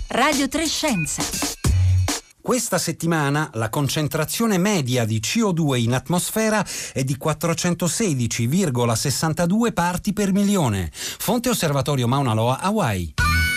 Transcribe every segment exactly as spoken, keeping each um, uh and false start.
Radio tre Scienza. Questa settimana la concentrazione media di C O due in atmosfera è di quattrocentosedici virgola sessantadue parti per milione. Fonte Osservatorio Mauna Loa, Hawaii.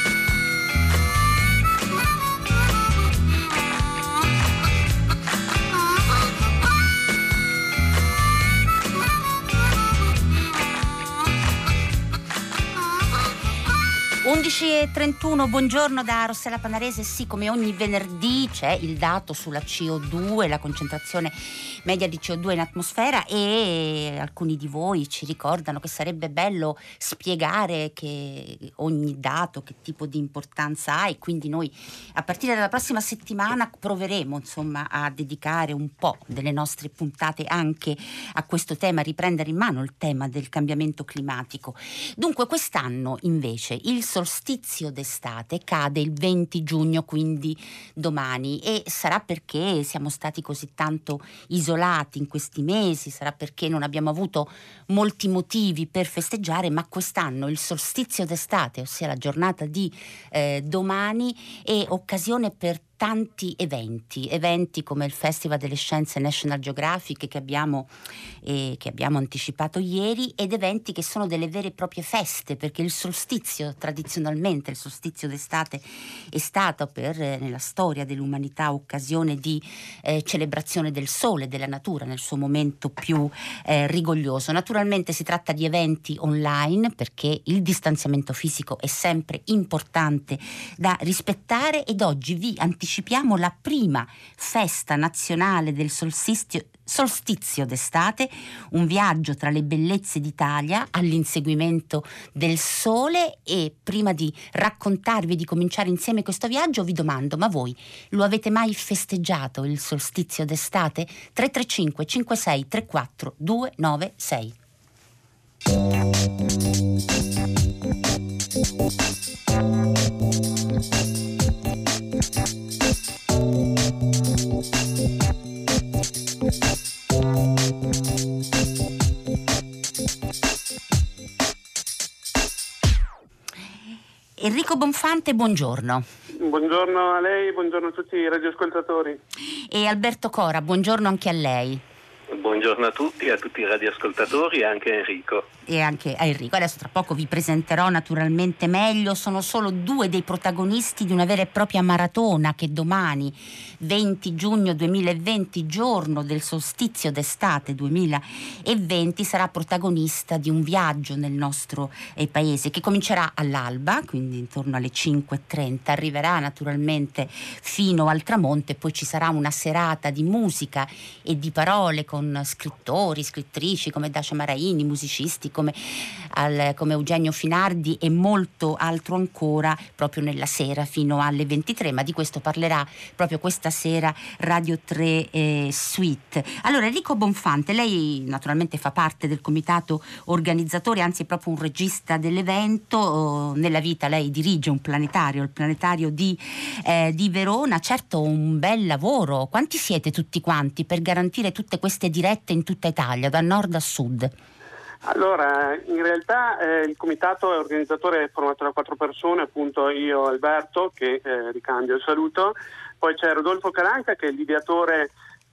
undici e trentuno, buongiorno da Rossella Panarese. Sì, come ogni venerdì c'è il dato sulla C O due, la concentrazione media di C O due in atmosfera, e alcuni di voi ci ricordano che sarebbe bello spiegare che ogni dato che tipo di importanza ha, e quindi noi a partire dalla prossima settimana proveremo insomma a dedicare un po' delle nostre puntate anche a questo tema, riprendere in mano il tema del cambiamento climatico. Dunque quest'anno invece il solstizio d'estate cade il venti giugno, quindi domani, e sarà perché siamo stati così tanto isolati in questi mesi, sarà perché non abbiamo avuto molti motivi per festeggiare, ma quest'anno il solstizio d'estate, ossia la giornata di eh, domani, è occasione per tanti eventi, eventi come il Festival delle Scienze National Geographic che abbiamo, eh, che abbiamo anticipato ieri, ed eventi che sono delle vere e proprie feste, perché il solstizio, tradizionalmente il solstizio d'estate è stato per eh, nella storia dell'umanità occasione di eh, celebrazione del sole, della natura nel suo momento più eh, rigoglioso. Naturalmente si tratta di eventi online, perché il distanziamento fisico è sempre importante da rispettare, ed oggi vi anticipiamo Anticipiamo la prima festa nazionale del solstizio, solstizio d'estate, un viaggio tra le bellezze d'Italia all'inseguimento del sole. E prima di raccontarvi e di cominciare insieme questo viaggio vi domando: ma voi lo avete mai festeggiato il solstizio d'estate? tre tre cinque cinque sei tre quattro due nove sei. Enrico Bonfante, buongiorno. Buongiorno a lei, buongiorno a tutti i radioascoltatori. E Alberto Cora, buongiorno anche a lei. Buongiorno a tutti, a tutti i radioascoltatori e anche a Enrico. E anche a Enrico. Adesso tra poco vi presenterò naturalmente meglio. Sono solo due dei protagonisti di una vera e propria maratona che domani, venti giugno duemilaventi, giorno del solstizio d'estate duemilaventi, sarà protagonista di un viaggio nel nostro eh, paese, che comincerà all'alba, quindi intorno alle cinque e trenta, arriverà naturalmente fino al tramonto, e poi ci sarà una serata di musica e di parole con scrittori, scrittrici come Dacia Maraini, musicisti come, al, come Eugenio Finardi e molto altro ancora, proprio nella sera fino alle ventitré, ma di questo parlerà proprio questa sera Radio tre eh, Suite. Allora, Enrico Bonfante, lei naturalmente fa parte del comitato organizzatore, anzi è proprio un regista dell'evento. Oh, nella vita lei dirige un planetario, il planetario di, eh, di Verona. Certo, un bel lavoro. Quanti siete tutti quanti per garantire tutte queste dirette in tutta Italia, da nord a sud? Allora, in realtà eh, il comitato è organizzatore, è formato da quattro persone, appunto io, Alberto, che eh, ricambio il saluto, poi c'è Rodolfo Calanca che è l'ideatore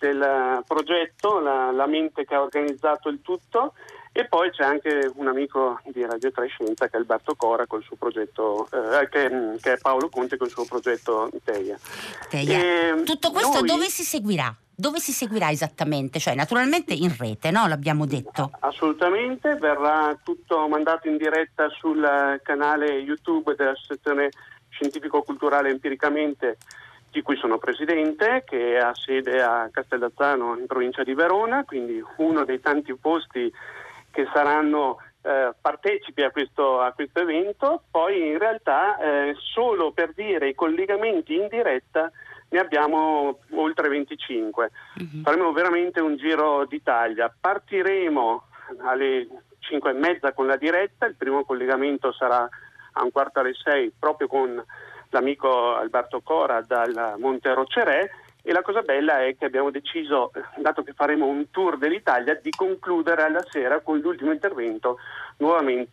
del progetto, la, la mente che ha organizzato il tutto, e poi c'è anche un amico di Radio tre Scienza che è Alberto Cora col suo progetto, eh, che, che è Paolo Conte col suo progetto Teia. Teia. E tutto questo noi... dove si seguirà? Dove si seguirà esattamente? Cioè naturalmente in rete, no? L'abbiamo detto. Assolutamente, verrà tutto mandato in diretta sul canale YouTube dell'Associazione Scientifico-Culturale Empiricamente, di cui sono presidente, che ha sede a Castellazzano in provincia di Verona, quindi uno dei tanti posti che saranno eh, partecipi a questo, a questo evento. Poi in realtà eh, solo per dire i collegamenti in diretta ne abbiamo oltre venticinque. Uh-huh. Faremo veramente un giro d'Italia. Partiremo alle cinque e mezza con la diretta, il primo collegamento sarà a un quarto alle sei proprio con l'amico Alberto Cora dal Monte Rocerè, e la cosa bella è che abbiamo deciso, dato che faremo un tour dell'Italia, di concludere alla sera con l'ultimo intervento nuovamente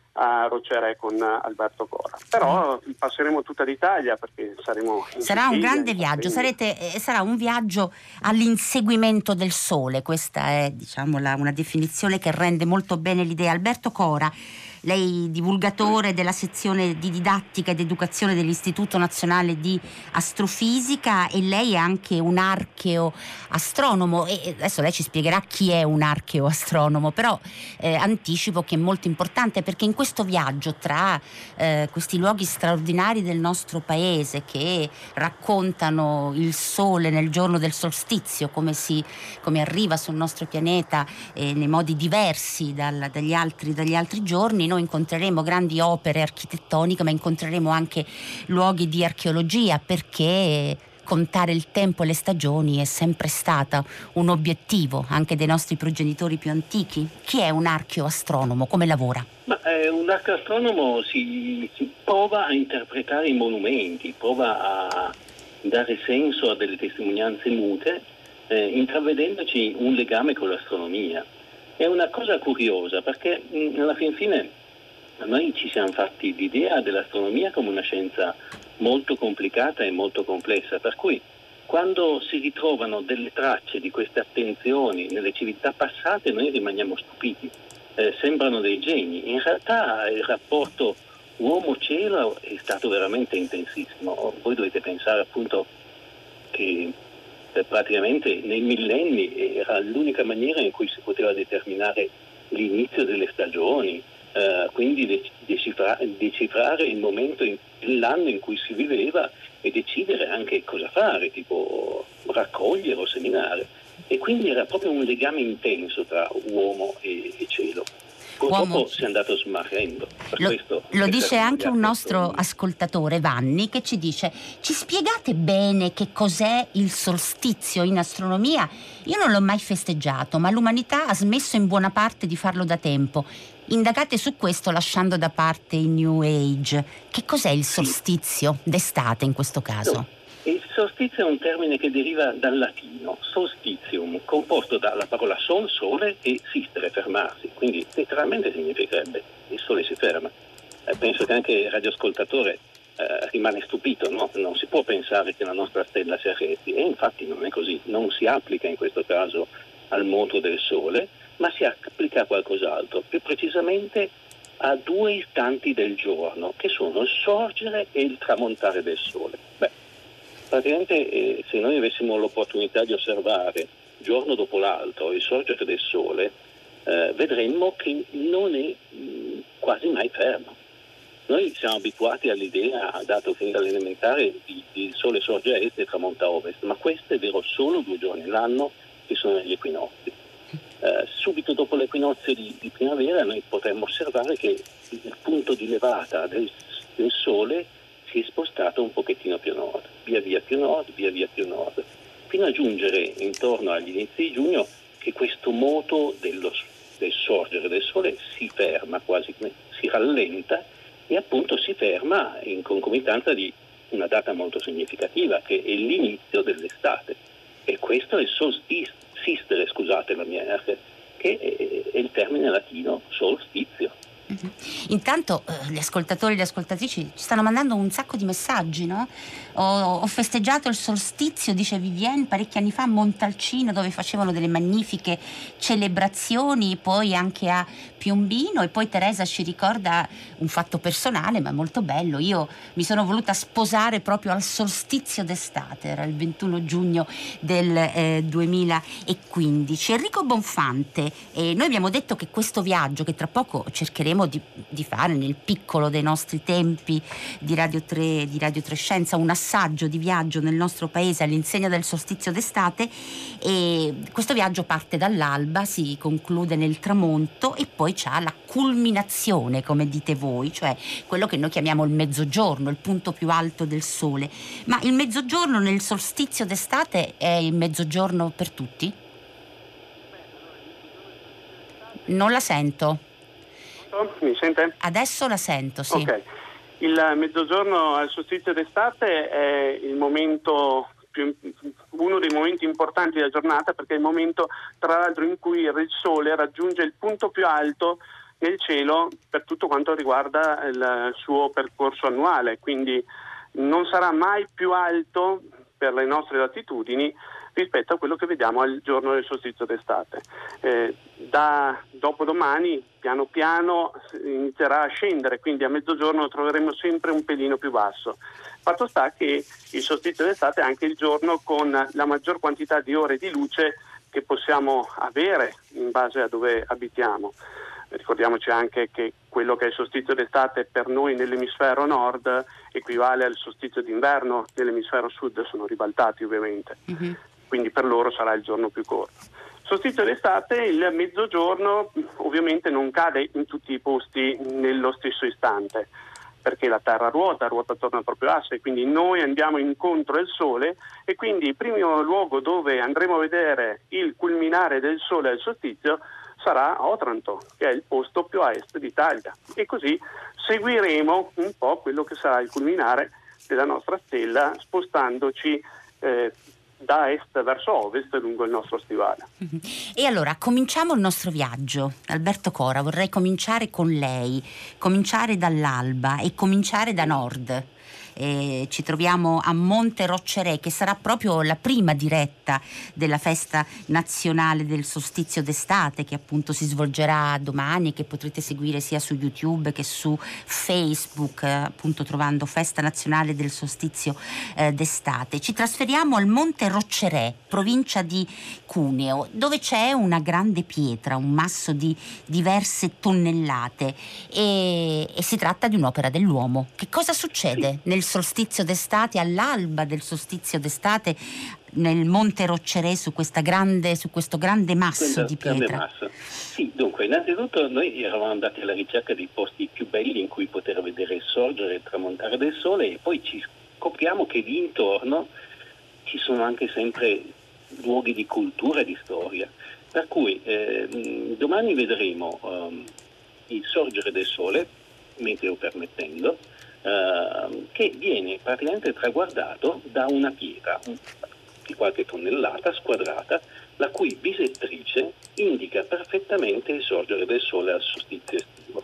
a Rocere con Alberto Cora. Però mm. passeremo tutta l'Italia perché saremo in sarà Sicilia, un grande viaggio, sarete, eh, sarà un viaggio all'inseguimento del sole, questa è, diciamo, la, una definizione che rende molto bene l'idea. Alberto Cora, lei divulgatore della sezione di didattica ed educazione dell'Istituto Nazionale di Astrofisica, e lei è anche un archeoastronomo, e adesso lei ci spiegherà chi è un archeoastronomo, però eh, anticipo che è molto importante, perché in questo viaggio tra eh, questi luoghi straordinari del nostro paese che raccontano il sole nel giorno del solstizio, come, si, come arriva sul nostro pianeta eh, nei modi diversi dal, dagli, altri, dagli altri giorni, noi incontreremo grandi opere architettoniche, ma incontreremo anche luoghi di archeologia, perché contare il tempo e le stagioni è sempre stata un obiettivo anche dei nostri progenitori più antichi. Chi è un archeoastronomo? Come lavora? Ma, eh, un archeoastronomo si, si prova a interpretare i monumenti, prova a dare senso a delle testimonianze mute, eh, intravedendoci un legame con l'astronomia. È una cosa curiosa, perché mh, alla fin fine noi ci siamo fatti l'idea dell'astronomia come una scienza molto complicata e molto complessa, per cui quando si ritrovano delle tracce di queste attenzioni nelle civiltà passate noi rimaniamo stupiti, eh, sembrano dei geni. In realtà il rapporto uomo-cielo è stato veramente intensissimo. Voi dovete pensare appunto che eh, praticamente nei millenni era l'unica maniera in cui si poteva determinare l'inizio delle stagioni, Uh, quindi de- decifra- decifrare il momento in- dell'anno in cui si viveva e decidere anche cosa fare, tipo raccogliere o seminare. E quindi era proprio un legame intenso tra uomo e, e cielo. Purtroppo Uomo. si è andato smarrendo. Per Lo, questo lo dice anche un nostro astronomi. ascoltatore, Vanni, che ci dice: ci spiegate bene che cos'è il solstizio in astronomia? Io non l'ho mai festeggiato, ma l'umanità ha smesso in buona parte di farlo da tempo. Indagate su questo lasciando da parte i New Age. Che cos'è il solstizio d'estate in questo caso? No. Il solstizio è un termine che deriva dal latino, solstitium, composto dalla parola sol, sole, e sistere, fermarsi. Quindi letteralmente significherebbe il sole si ferma. Eh, penso che anche il radioascoltatore eh, rimane stupito, no? Non si può pensare che la nostra stella si arresti, e infatti non è così. Non si applica in questo caso al moto del sole, ma si applica a qualcos'altro, più precisamente a due istanti del giorno, che sono il sorgere e il tramontare del sole. Beh, praticamente eh, se noi avessimo l'opportunità di osservare giorno dopo l'altro il sorgere del sole, eh, vedremmo che non è mh, quasi mai fermo. Noi siamo abituati all'idea, dato fin dall'elementare, di, di il sole sorge a est e tramonta a ovest, ma questo è vero solo due giorni all'anno, che sono gli equinozi. Eh, subito dopo l'equinozio di, di primavera noi potremmo osservare che il punto di levata del, del sole si è spostato un pochettino più a nord, via via più nord, via via più nord, fino a giungere intorno agli inizi di giugno che questo moto dello, del sorgere del sole si ferma, quasi si rallenta, e appunto si ferma in concomitanza di una data molto significativa, che è l'inizio dell'estate. E questo è il solstizio, sistere, scusate la mia R, che è il termine latino solstizio. Uh-huh. Intanto eh, gli ascoltatori e le ascoltatrici ci stanno mandando un sacco di messaggi, no? Ho, ho festeggiato il solstizio, dice Vivienne, parecchi anni fa a Montalcino, dove facevano delle magnifiche celebrazioni, poi anche a Piombino. E poi Teresa ci ricorda un fatto personale ma molto bello: io mi sono voluta sposare proprio al solstizio d'estate, era il ventuno giugno del eh, duemilaquindici. Enrico Bonfante, eh, noi abbiamo detto che questo viaggio, che tra poco cercheremo Di, di fare nel piccolo dei nostri tempi di Radio tre, di Radio tre Scienza, un assaggio di viaggio nel nostro paese all'insegna del solstizio d'estate, e questo viaggio parte dall'alba, si conclude nel tramonto e poi c'ha la culminazione, come dite voi, cioè quello che noi chiamiamo il mezzogiorno, il punto più alto del sole. Ma il mezzogiorno nel solstizio d'estate è il mezzogiorno per tutti? Non la sento. Mi sente? Adesso la sento, sì. Ok. Il mezzogiorno al solstizio d'estate è il momento più, uno dei momenti importanti della giornata, perché è il momento, tra l'altro, in cui il sole raggiunge il punto più alto nel cielo per tutto quanto riguarda il suo percorso annuale, quindi non sarà mai più alto per le nostre latitudini rispetto a quello che vediamo al giorno del solstizio d'estate. Eh, da dopodomani piano piano inizierà a scendere, quindi a mezzogiorno lo troveremo sempre un pelino più basso. Fatto sta che il solstizio d'estate è anche il giorno con la maggior quantità di ore di luce che possiamo avere in base a dove abitiamo. Ricordiamoci anche che quello che è il solstizio d'estate per noi nell'emisfero nord equivale al solstizio d'inverno nell'emisfero sud, sono ribaltati ovviamente, mm-hmm. Quindi per loro sarà il giorno più corto. Solstizio d'estate, il mezzogiorno ovviamente non cade in tutti i posti nello stesso istante, perché la Terra ruota, ruota attorno al proprio asse, quindi noi andiamo incontro al Sole e quindi il primo luogo dove andremo a vedere il culminare del Sole al solstizio sarà Otranto, che è il posto più a est d'Italia, e così seguiremo un po' quello che sarà il culminare della nostra stella spostandoci eh, da est verso ovest lungo il nostro stivale. E allora cominciamo il nostro viaggio. Alberto Cora, vorrei cominciare con lei, cominciare dall'alba e cominciare da nord. Eh, ci troviamo a Monte Roccerè, che sarà proprio la prima diretta della festa nazionale del solstizio d'estate, che appunto si svolgerà domani e che potrete seguire sia su YouTube che su Facebook, eh, appunto trovando Festa Nazionale del Solstizio eh, d'Estate. Ci trasferiamo al Monte Roccerè, provincia di Cuneo, dove c'è una grande pietra, un masso di diverse tonnellate e, e si tratta di un'opera dell'uomo. Che cosa succede nel solstizio d'estate, all'alba del solstizio d'estate, nel Monte Roccerè, su questa grande, su questo grande masso Questa di pietra? Massa. Sì, dunque, innanzitutto noi eravamo andati alla ricerca dei posti più belli in cui poter vedere il sorgere e il tramontare del sole, e poi ci scopriamo che lì intorno ci sono anche sempre luoghi di cultura e di storia. Per cui eh, domani vedremo um, il sorgere del sole, meteo permettendo, Uh, che viene praticamente traguardato da una pietra di qualche tonnellata squadrata, la cui bisettrice indica perfettamente il sorgere del sole al solstizio estivo.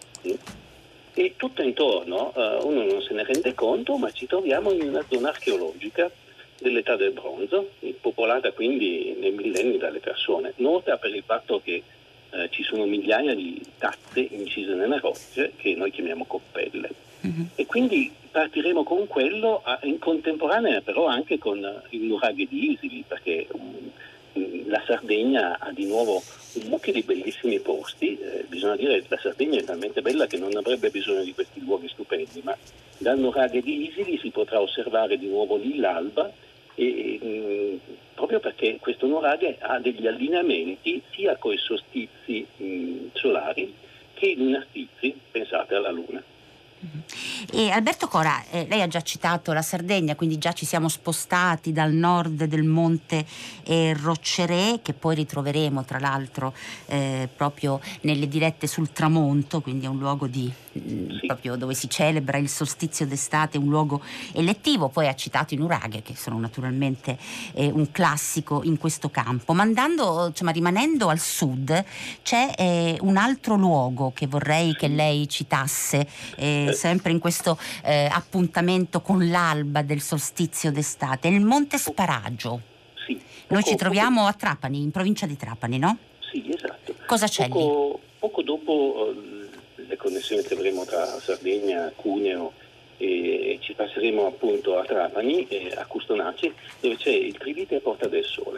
E tutto intorno uh, uno non se ne rende conto, ma ci troviamo in una zona archeologica dell'età del bronzo, popolata quindi nei millenni dalle persone, nota per il fatto che uh, ci sono migliaia di tazze incise nelle rocce che noi chiamiamo coppelle. Mm-hmm. E quindi partiremo con quello, a, in contemporanea però anche con il nuraghe di Isili, perché um, la Sardegna ha di nuovo un mucchio di bellissimi posti. Eh, bisogna dire che la Sardegna è talmente bella che non avrebbe bisogno di questi luoghi stupendi, ma dal nuraghe di Isili si potrà osservare di nuovo lì l'alba, e, e, proprio perché questo nuraghe ha degli allineamenti sia con i solstizi mh, solari che i lunastizi, pensate alla Luna. E Alberto Cora, eh, lei ha già citato la Sardegna, quindi già ci siamo spostati dal nord del Monte eh, Roccerè, che poi ritroveremo tra l'altro eh, proprio nelle dirette sul tramonto, quindi è un luogo di, mh, sì. proprio dove si celebra il solstizio d'estate, un luogo elettivo. Poi ha citato i nuraghe, che sono naturalmente eh, un classico in questo campo. Ma andando, insomma, rimanendo al sud, c'è eh, un altro luogo che vorrei che lei citasse, eh, sempre in questo eh, appuntamento con l'alba del solstizio d'estate, il Monte Sparagio. Sì, poco, Noi ci troviamo poco... a Trapani, in provincia di Trapani, no? Sì, esatto. Cosa c'è poco, lì? Poco dopo uh, le connessioni che avremo tra Sardegna, Cuneo, e ci passeremo appunto a Trapani, e a Custonaci, dove c'è il Trilite Porta del Sole.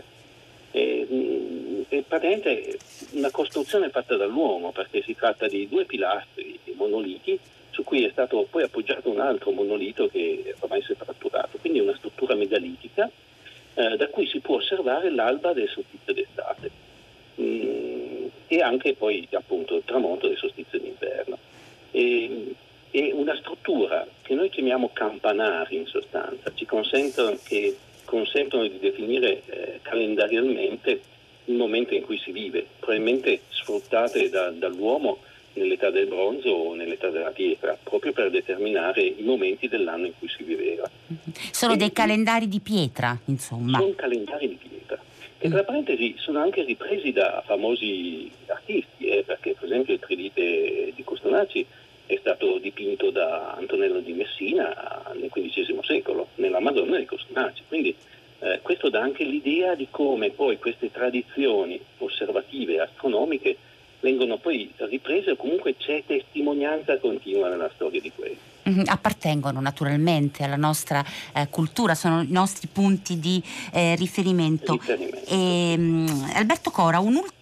E, è praticamente una costruzione fatta dall'uomo, perché si tratta di due pilastri monoliti su cui è stato poi appoggiato un altro monolito che ormai si è fratturato, quindi una struttura megalitica eh, da cui si può osservare l'alba del solstizio d'estate mm, e anche poi appunto il tramonto del solstizio d'inverno. E, è una struttura che noi chiamiamo campanari, in sostanza, ci consentono, che consentono di definire eh, calendarialmente il momento in cui si vive, probabilmente sfruttate da, dall'uomo nell'età del bronzo o nell'età della pietra, proprio per determinare i momenti dell'anno in cui si viveva. Sono e, dei calendari di pietra, insomma. Sono calendari di pietra, che tra parentesi sono anche ripresi da famosi artisti. Eh. perché per esempio il Tridite di Custonaci è stato dipinto da Antonello di Messina nel quindicesimo secolo, nella Madonna di Custonaci. Quindi eh, questo dà anche l'idea di come poi queste tradizioni osservative e astronomiche vengono poi riprese, o comunque c'è testimonianza continua nella storia di questo. Mm, appartengono naturalmente alla nostra eh, cultura, sono i nostri punti di eh, riferimento. riferimento. E, um, Alberto Cora, un ultimo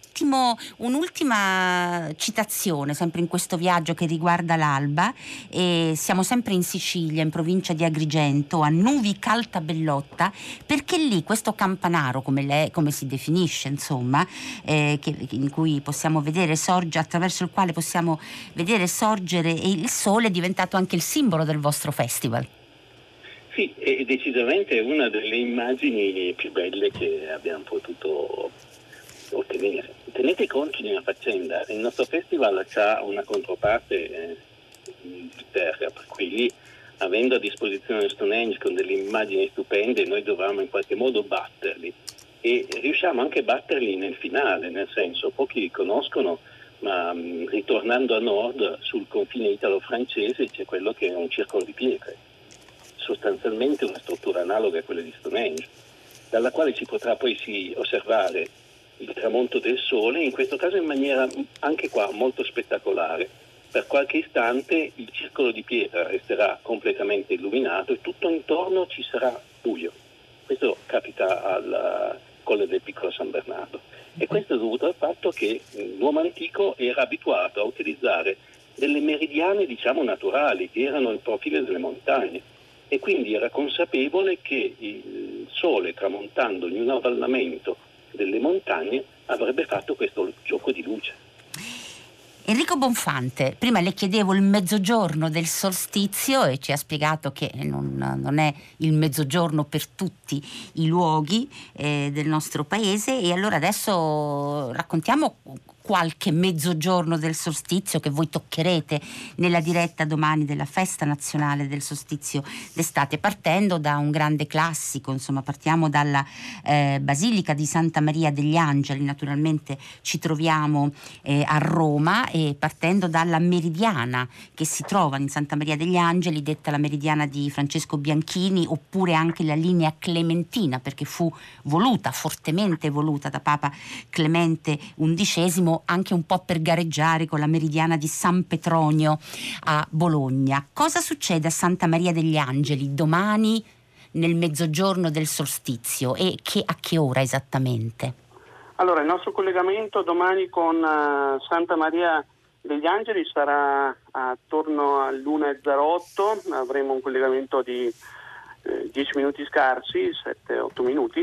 un'ultima citazione sempre in questo viaggio che riguarda l'alba, e siamo sempre in Sicilia, in provincia di Agrigento, a Nuvi Caltabellotta, perché lì questo campanaro, come, lei, come si definisce, insomma, eh, che, in cui possiamo vedere sorge, attraverso il quale possiamo vedere sorgere il sole, è diventato anche il simbolo del vostro festival. Sì, è decisamente una delle immagini più belle che abbiamo potuto ottenere. Tenete conto di una faccenda: il nostro festival ha una controparte eh, in terra, per cui lì, avendo a disposizione Stonehenge con delle immagini stupende, noi dovevamo in qualche modo batterli, e riusciamo anche a batterli nel finale, nel senso, pochi li conoscono, ma mh, ritornando a nord sul confine italo-francese c'è quello che è un circolo di pietre, sostanzialmente una struttura analoga a quella di Stonehenge, dalla quale si potrà poi sì osservare il tramonto del sole, in questo caso in maniera anche qua molto spettacolare. Per qualche istante il circolo di pietra resterà completamente illuminato e tutto intorno ci sarà buio. Questo capita al Colle del Piccolo San Bernardo, e questo è dovuto al fatto che l'uomo antico era abituato a utilizzare delle meridiane, diciamo, naturali, che erano il profilo delle montagne, e quindi era consapevole che il sole, tramontando in un avvallamento delle montagne, avrebbe fatto questo gioco di luce. Enrico Bonfante, prima le chiedevo il mezzogiorno del solstizio e ci ha spiegato che non, non è il mezzogiorno per tutti i luoghi eh, del nostro paese, e allora adesso raccontiamo qualche mezzogiorno del solstizio che voi toccherete nella diretta domani della Festa Nazionale del Solstizio d'Estate, partendo da un grande classico. Insomma, partiamo dalla eh, Basilica di Santa Maria degli Angeli, naturalmente ci troviamo eh, a Roma, e partendo dalla meridiana che si trova in Santa Maria degli Angeli, detta la meridiana di Francesco Bianchini, oppure anche la linea clementina, perché fu voluta, fortemente voluta da Papa Clemente undicesimo, anche un po' per gareggiare con la meridiana di San Petronio a Bologna. Cosa succede a Santa Maria degli Angeli domani nel mezzogiorno del solstizio, e che, a che ora esattamente? Allora, il nostro collegamento domani con uh, Santa Maria degli Angeli sarà attorno all'una e zero otto, avremo un collegamento di eh, dieci minuti scarsi, sette otto minuti,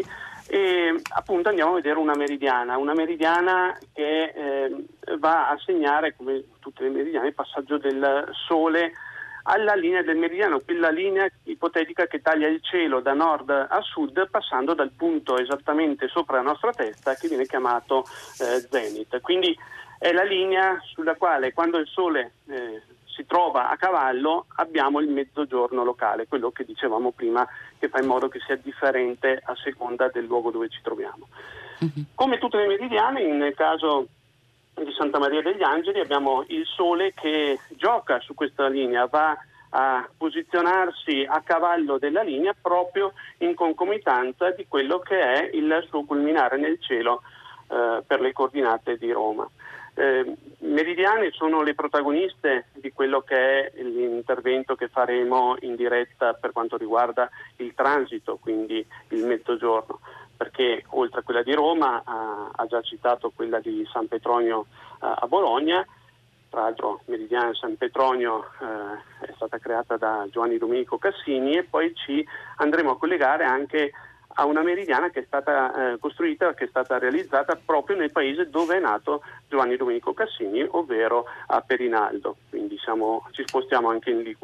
e appunto andiamo a vedere una meridiana, una meridiana che eh, va a segnare, come tutte le meridiane, il passaggio del Sole alla linea del meridiano, quella linea ipotetica che taglia il cielo da nord a sud, passando dal punto esattamente sopra la nostra testa, che viene chiamato eh, zenith. Quindi è la linea sulla quale, quando il Sole eh, si trova a cavallo, abbiamo il mezzogiorno locale, quello che dicevamo prima, che fa in modo che sia differente a seconda del luogo dove ci troviamo. Mm-hmm. Come tutte le meridiane, nel caso di Santa Maria degli Angeli abbiamo il Sole che gioca su questa linea, va a posizionarsi a cavallo della linea proprio in concomitanza di quello che è il suo culminare nel cielo eh, per le coordinate di Roma. Eh, meridiane sono le protagoniste di quello che è l'intervento che faremo in diretta per quanto riguarda il transito, quindi il mezzogiorno, perché oltre a quella di Roma ha, ha già citato quella di San Petronio eh, a Bologna. Tra l'altro meridiana San Petronio eh, è stata creata da Giovanni Domenico Cassini, e poi ci andremo a collegare anche a una meridiana che è stata eh, costruita, che è stata realizzata proprio nel paese dove è nato Giovanni Domenico Cassini, ovvero a Perinaldo, quindi siamo, ci spostiamo anche in Liguria.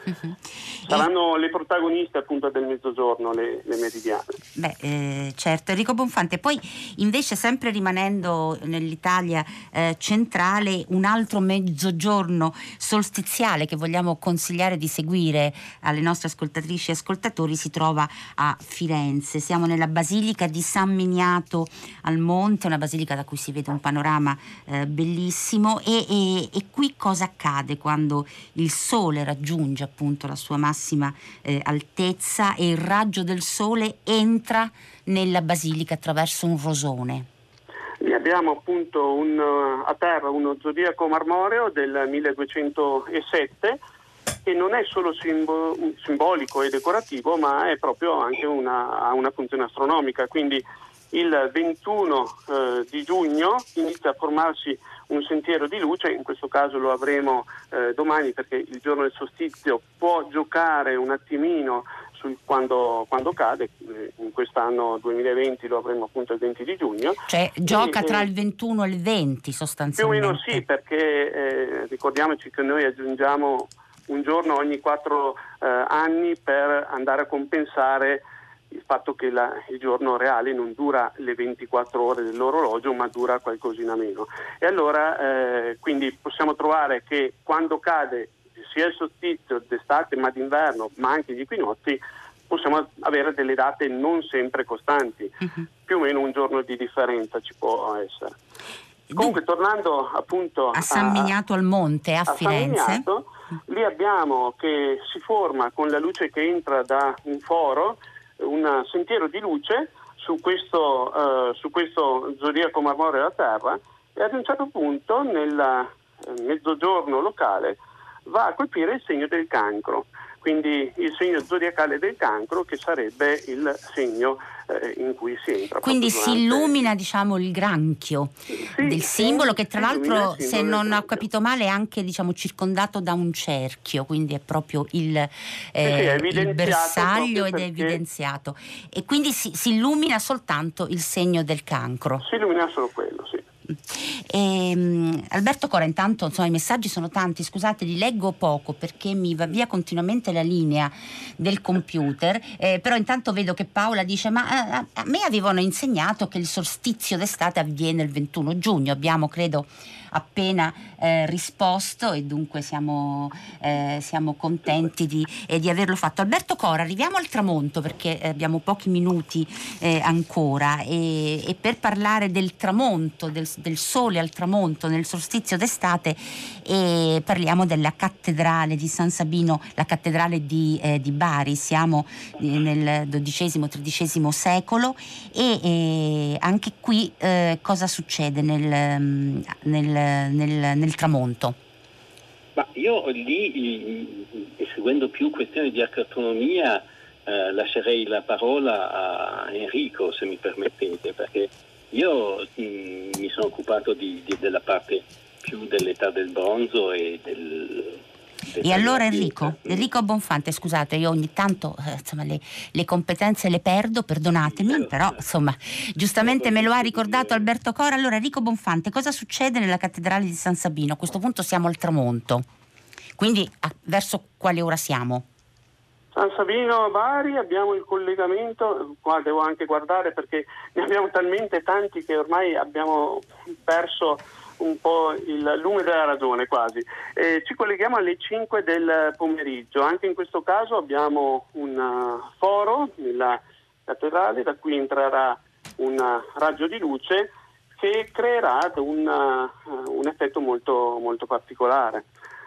Uh-huh. Saranno e... le protagoniste appunto del mezzogiorno, le, le meridiane. Beh, eh, certo, Enrico Bonfante. Poi invece, sempre rimanendo nell'Italia eh, centrale, un altro mezzogiorno solstiziale che vogliamo consigliare di seguire alle nostre ascoltatrici e ascoltatori si trova a Firenze. Siamo nella Basilica di San Miniato al Monte, una basilica da cui si vede un panorama eh, bellissimo e, e, e qui cosa accade quando il sole raggiunge appunto la sua massima eh, altezza e il raggio del sole entra nella basilica attraverso un rosone? Lì abbiamo appunto un, a terra uno zodiaco marmoreo del milleduecentosette che non è solo simbo- simbolico e decorativo, ma è proprio anche una, ha una funzione astronomica. Quindi il ventuno eh, di giugno inizia a formarsi un sentiero di luce, in questo caso lo avremo eh, domani perché il giorno del solstizio può giocare un attimino sul quando, quando cade, in quest'anno duemilaventi lo avremo appunto il venti di giugno. Cioè gioca e, tra il ventuno e il venti sostanzialmente. Più o meno sì, perché eh, ricordiamoci che noi aggiungiamo un giorno ogni quattro eh, anni per andare a compensare il fatto che la, il giorno reale non dura le ventiquattro ore dell'orologio, ma dura qualcosina meno. E allora eh, quindi possiamo trovare che quando cade sia il solstizio d'estate ma d'inverno, ma anche gli equinozi, possiamo avere delle date non sempre costanti, uh-huh. più o meno un giorno di differenza ci può essere. Comunque tornando appunto a San Miniato al Monte, a, a Firenze, San Miniato, lì abbiamo che si forma con la luce che entra da un foro un sentiero di luce su questo, uh, su questo zodiaco marmoreo della Terra, e ad un certo punto nel uh, mezzogiorno locale va a colpire il segno del Cancro, quindi il segno zodiacale del Cancro, che sarebbe il segno eh, in cui si entra. Quindi si durante... illumina, diciamo, il granchio sì, del simbolo, sì, che tra l'altro, se non ho capito male, è anche, diciamo, circondato da un cerchio, quindi è proprio il, eh, sì, sì, il bersaglio ed perché... è evidenziato. E quindi si, si illumina soltanto il segno del Cancro. Si illumina solo quello, sì. E, um, Alberto Cora, intanto insomma i messaggi sono tanti, scusate, li leggo poco perché mi va via continuamente la linea del computer, eh, però intanto vedo che Paola dice ma a, a me avevano insegnato che il solstizio d'estate avviene il ventuno giugno, abbiamo credo appena eh, risposto e dunque siamo, eh, siamo contenti di, eh, di averlo fatto. Alberto Cora, arriviamo al tramonto perché abbiamo pochi minuti eh, ancora e, e per parlare del tramonto, del, del sole al tramonto nel solstizio d'estate eh, parliamo della cattedrale di San Sabino, la cattedrale di, eh, di Bari. Siamo eh, nel dodicesimo tredicesimo secolo e eh, anche qui eh, cosa succede nel, nel Nel, nel tramonto? Ma io lì, seguendo più questioni di astronomia, eh, lascerei la parola a Enrico, se mi permettete, perché io mh, mi sono occupato di, di, della parte più dell'età del bronzo e del... E allora Enrico, Enrico Bonfante, scusate, io ogni tanto eh, insomma, le, le competenze le perdo, perdonatemi, però insomma giustamente me lo ha ricordato Alberto Cora. Allora Enrico Bonfante, cosa succede nella cattedrale di San Sabino? A questo punto siamo al tramonto, quindi a, verso quale ora siamo? San Sabino a Bari, abbiamo il collegamento, qua devo anche guardare perché ne abbiamo talmente tanti che ormai abbiamo perso un po' il lume della ragione quasi. Eh, ci colleghiamo alle cinque del pomeriggio, anche in questo caso abbiamo un uh, foro nella cattedrale da cui entrerà un uh, raggio di luce che creerà un, uh, un effetto molto, molto particolare.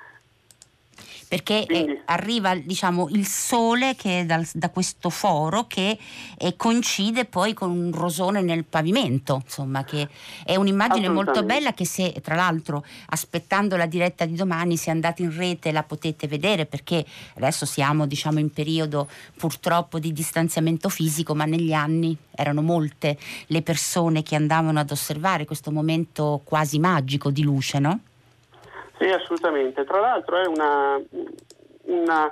Perché Quindi, eh, arriva diciamo il sole che è dal, da questo foro che eh, coincide poi con un rosone nel pavimento, insomma, che è un'immagine molto bella che, se tra l'altro aspettando la diretta di domani, se andate in rete la potete vedere, perché adesso siamo diciamo in periodo purtroppo di distanziamento fisico, ma negli anni erano molte le persone che andavano ad osservare questo momento quasi magico di luce, no? Sì, assolutamente. Tra l'altro è una, una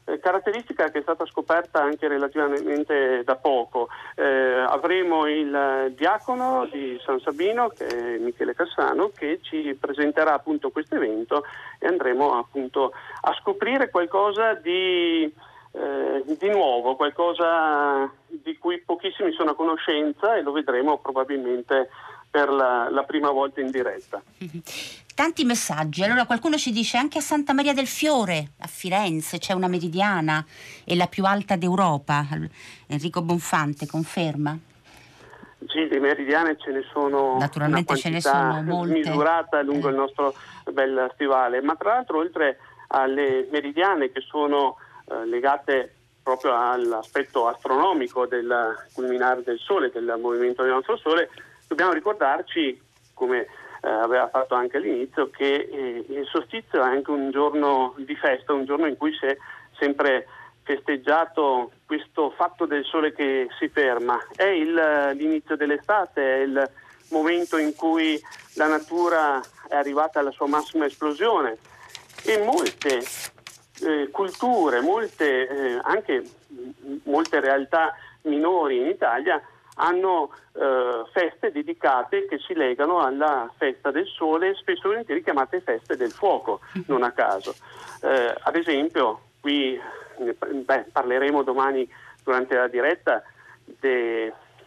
eh, caratteristica che è stata scoperta anche relativamente da poco. Eh, avremo il diacono di San Sabino, che è Michele Cassano, che ci presenterà appunto questo evento e andremo appunto a scoprire qualcosa di, eh, di nuovo, qualcosa di cui pochissimi sono a conoscenza, e lo vedremo probabilmente per la, la prima volta in diretta. Mm-hmm. Tanti messaggi. Allora qualcuno ci dice anche a Santa Maria del Fiore a Firenze c'è una meridiana, è la più alta d'Europa. Enrico Bonfante conferma? Sì, di meridiane ce ne sono naturalmente, una ce ne sono molte misurata lungo eh. il nostro bel stivale, ma tra l'altro oltre alle meridiane che sono eh, legate proprio all'aspetto astronomico del culminare del Sole, del movimento del nostro Sole, dobbiamo ricordarci, come Eh, aveva fatto anche all'inizio, che eh, il solstizio è anche un giorno di festa, un giorno in cui si è sempre festeggiato questo fatto del sole che si ferma. È il, l'inizio dell'estate, è il momento in cui la natura è arrivata alla sua massima esplosione, e molte eh, culture, molte eh, anche molte realtà minori in Italia hanno eh, feste dedicate che si legano alla festa del sole, spesso e volentieri chiamate feste del fuoco, non a caso. Eh, ad esempio, qui beh, parleremo domani durante la diretta de,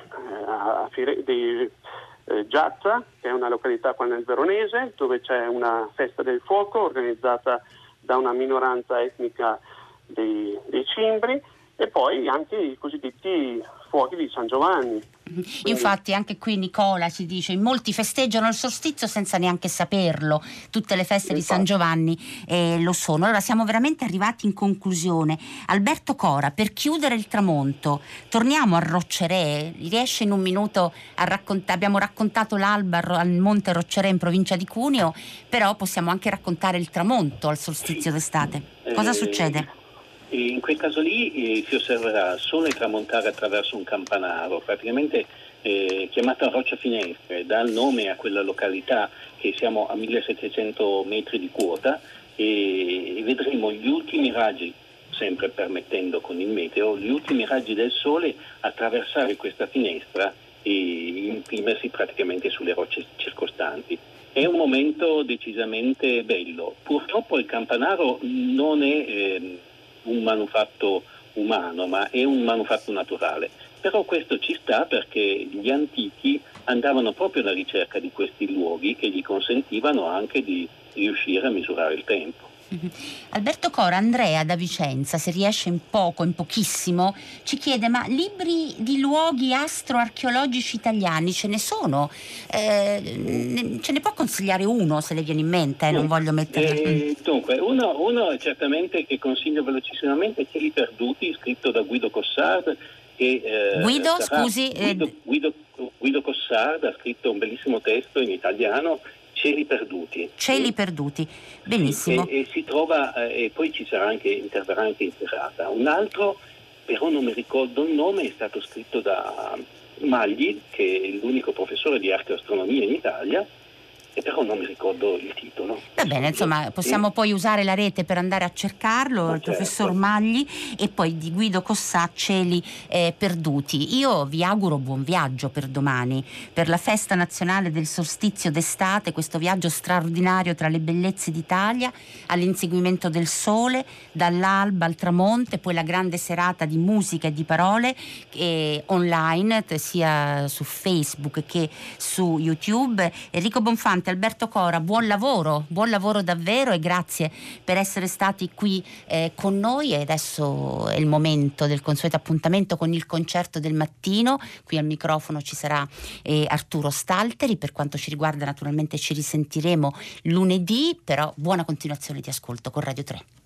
eh, di eh, Giazza, che è una località qua nel Veronese, dove c'è una festa del fuoco organizzata da una minoranza etnica dei, dei Cimbri, e poi anche i cosiddetti fuochi di San Giovanni. Quindi... Infatti anche qui Nicola ci dice in molti festeggiano il solstizio senza neanche saperlo, tutte le feste Infatti. di San Giovanni eh, lo sono. Allora siamo veramente arrivati in conclusione. Alberto Cora, per chiudere il tramonto torniamo a Roccerè, riesce in un minuto a raccontare? Abbiamo raccontato l'alba al Monte Roccerè in provincia di Cuneo, però possiamo anche raccontare il tramonto al solstizio d'estate. Cosa eh... succede? In quel caso lì eh, si osserverà il sole tramontare attraverso un campanaro, praticamente eh, chiamata Roccia Finestre, dà il nome a quella località, che siamo a millesettecento metri di quota, e, e vedremo gli ultimi raggi, sempre permettendo con il meteo, gli ultimi raggi del sole attraversare questa finestra e imprimersi praticamente sulle rocce circostanti. È un momento decisamente bello. Purtroppo il campanaro non è... Eh, un manufatto umano, ma è un manufatto naturale. Però questo ci sta perché gli antichi andavano proprio alla ricerca di questi luoghi che gli consentivano anche di riuscire a misurare il tempo. Mm-hmm. Alberto Cora, Andrea da Vicenza, se riesce in poco, in pochissimo, ci chiede: ma libri di luoghi astroarcheologici italiani ce ne sono? Eh, ce ne può consigliare uno, se le viene in mente? Eh, non voglio mettere... Eh, dunque, uno, uno certamente che consiglio velocissimamente, Cieli perduti, scritto da Guido Cossard. Che, eh, Guido, sarà, scusi? Guido, eh... Guido, Guido Cossard ha scritto un bellissimo testo in italiano, Cieli perduti. Cieli perduti, benissimo. E, e si trova, eh, e poi ci sarà anche, interverrà anche in serata. Un altro, però non mi ricordo il nome, è stato scritto da Magli, che è l'unico professore di archeoastronomia in Italia, e però non mi ricordo il titolo. Va bene, insomma, possiamo sì. poi usare la rete per andare a cercarlo, Ma il certo. professor Magli, e poi di Guido Cossà, Cieli eh, perduti. Io vi auguro buon viaggio per domani, per la festa nazionale del solstizio d'estate, questo viaggio straordinario tra le bellezze d'Italia, all'inseguimento del sole, dall'alba al tramonto, e poi la grande serata di musica e di parole eh, online, sia su Facebook che su YouTube. Enrico Bonfante, Alberto Cora, buon lavoro, buon lavoro davvero, e grazie per essere stati qui eh, con noi. E adesso è il momento del consueto appuntamento con il concerto del mattino. Qui al microfono ci sarà eh, Arturo Stalteri. Per quanto ci riguarda, naturalmente ci risentiremo lunedì, però buona continuazione di ascolto con Radio tre.